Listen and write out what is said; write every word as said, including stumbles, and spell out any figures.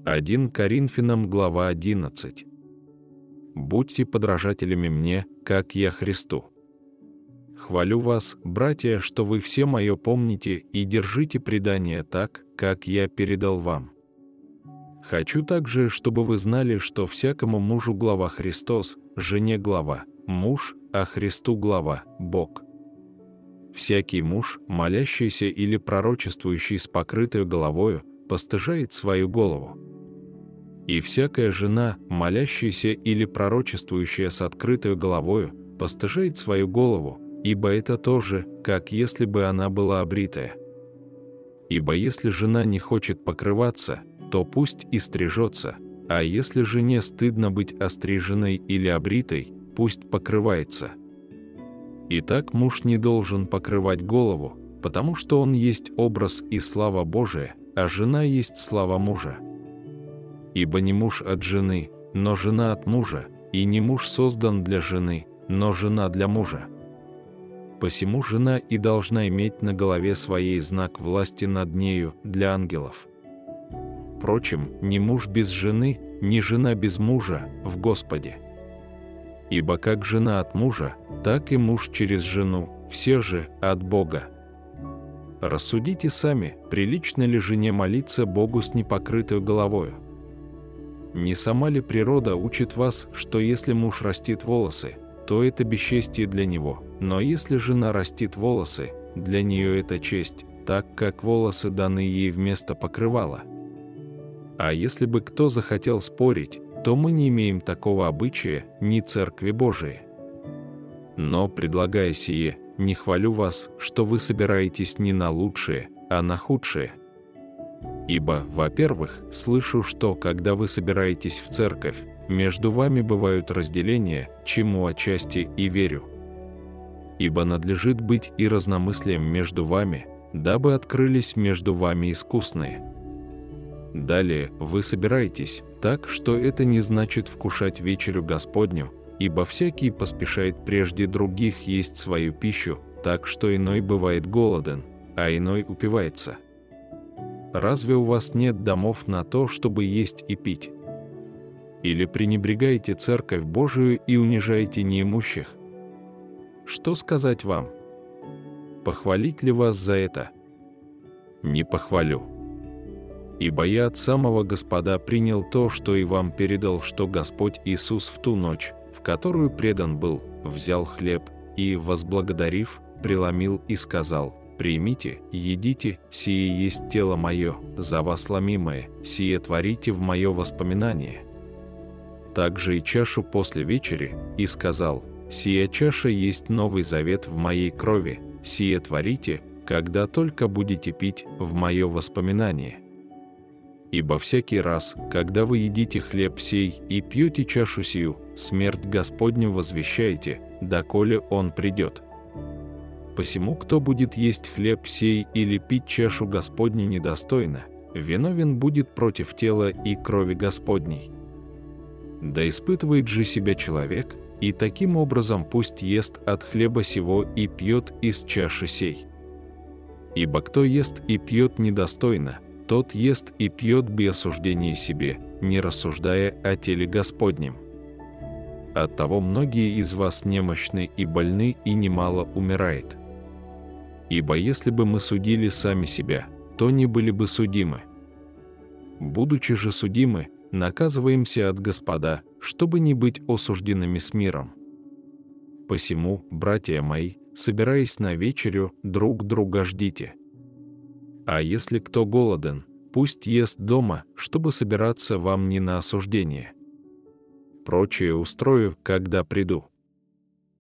первое Коринфянам, глава одиннадцать. «Будьте подражателями мне, как я Христу. Хвалю вас, братья, что вы все мое помните и держите предание так, как я передал вам. Хочу также, чтобы вы знали, что всякому мужу глава Христос, жене глава, муж, а Христу глава, Бог. Всякий муж, молящийся или пророчествующий с покрытою головою, постыжает свою голову. И всякая жена, молящаяся или пророчествующая с открытою головою, постыжает свою голову, ибо это то же, как если бы она была обритая. Ибо если жена не хочет покрываться, то пусть и стрижется, а если жене стыдно быть остриженной или обритой, пусть покрывается. Итак, муж не должен покрывать голову, потому что он есть образ и слава Божия, а жена есть слава мужа. Ибо не муж от жены, но жена от мужа, и не муж создан для жены, но жена для мужа. Посему жена и должна иметь на голове своей знак власти над нею для ангелов. Впрочем, ни муж без жены, ни жена без мужа в Господе. Ибо как жена от мужа, так и муж через жену, все же от Бога. Рассудите сами, прилично ли жене молиться Богу с непокрытою головою? Не сама ли природа учит вас, что если муж растит волосы, то это бесчестие для него, но если жена растит волосы, для нее это честь, так как волосы даны ей вместо покрывала? А если бы кто захотел спорить, то мы не имеем такого обычая ни Церкви Божией. Но, предлагая сие, не хвалю вас, что вы собираетесь не на лучшее, а на худшее. Ибо, во-первых, слышу, что, когда вы собираетесь в церковь, между вами бывают разделения, чему отчасти и верю. Ибо надлежит быть и разномыслием между вами, дабы открылись между вами искусные. Далее, вы собираетесь так, что это не значит вкушать вечерю Господню, ибо всякий поспешает прежде других есть свою пищу, так что иной бывает голоден, а иной упивается. Разве у вас нет домов на то, чтобы есть и пить? Или пренебрегаете Церковь Божию и унижаете неимущих? Что сказать вам? Похвалить ли вас за это? Не похвалю. Ибо я от самого Господа принял то, что и вам передал, что Господь Иисус в ту ночь, в которую предан был, взял хлеб и, возблагодарив, преломил и сказал: «Примите, едите, сие есть тело мое, за вас ломимое, сие творите в мое воспоминание». Также и чашу после вечери, и сказал: «Сия чаша есть новый завет в моей крови, сие творите, когда только будете пить в мое воспоминание. Ибо всякий раз, когда вы едите хлеб сей и пьете чашу сию, смерть Господню возвещаете, доколе Он придет. Посему, кто будет есть хлеб сей или пить чашу Господню недостойно, виновен будет против тела и крови Господней. Да испытывает же себя человек, и таким образом пусть ест от хлеба сего и пьет из чаши сей. Ибо кто ест и пьет недостойно, тот ест и пьет без осуждения себе, не рассуждая о теле Господнем. Оттого многие из вас немощны и больны, и немало умирает. Ибо если бы мы судили сами себя, то не были бы судимы. Будучи же судимы, наказываемся от Господа, чтобы не быть осужденными с миром. Посему, братья мои, собираясь на вечерю, друг друга ждите. А если кто голоден, пусть ест дома, чтобы собираться вам не на осуждение. Прочее устрою, когда приду.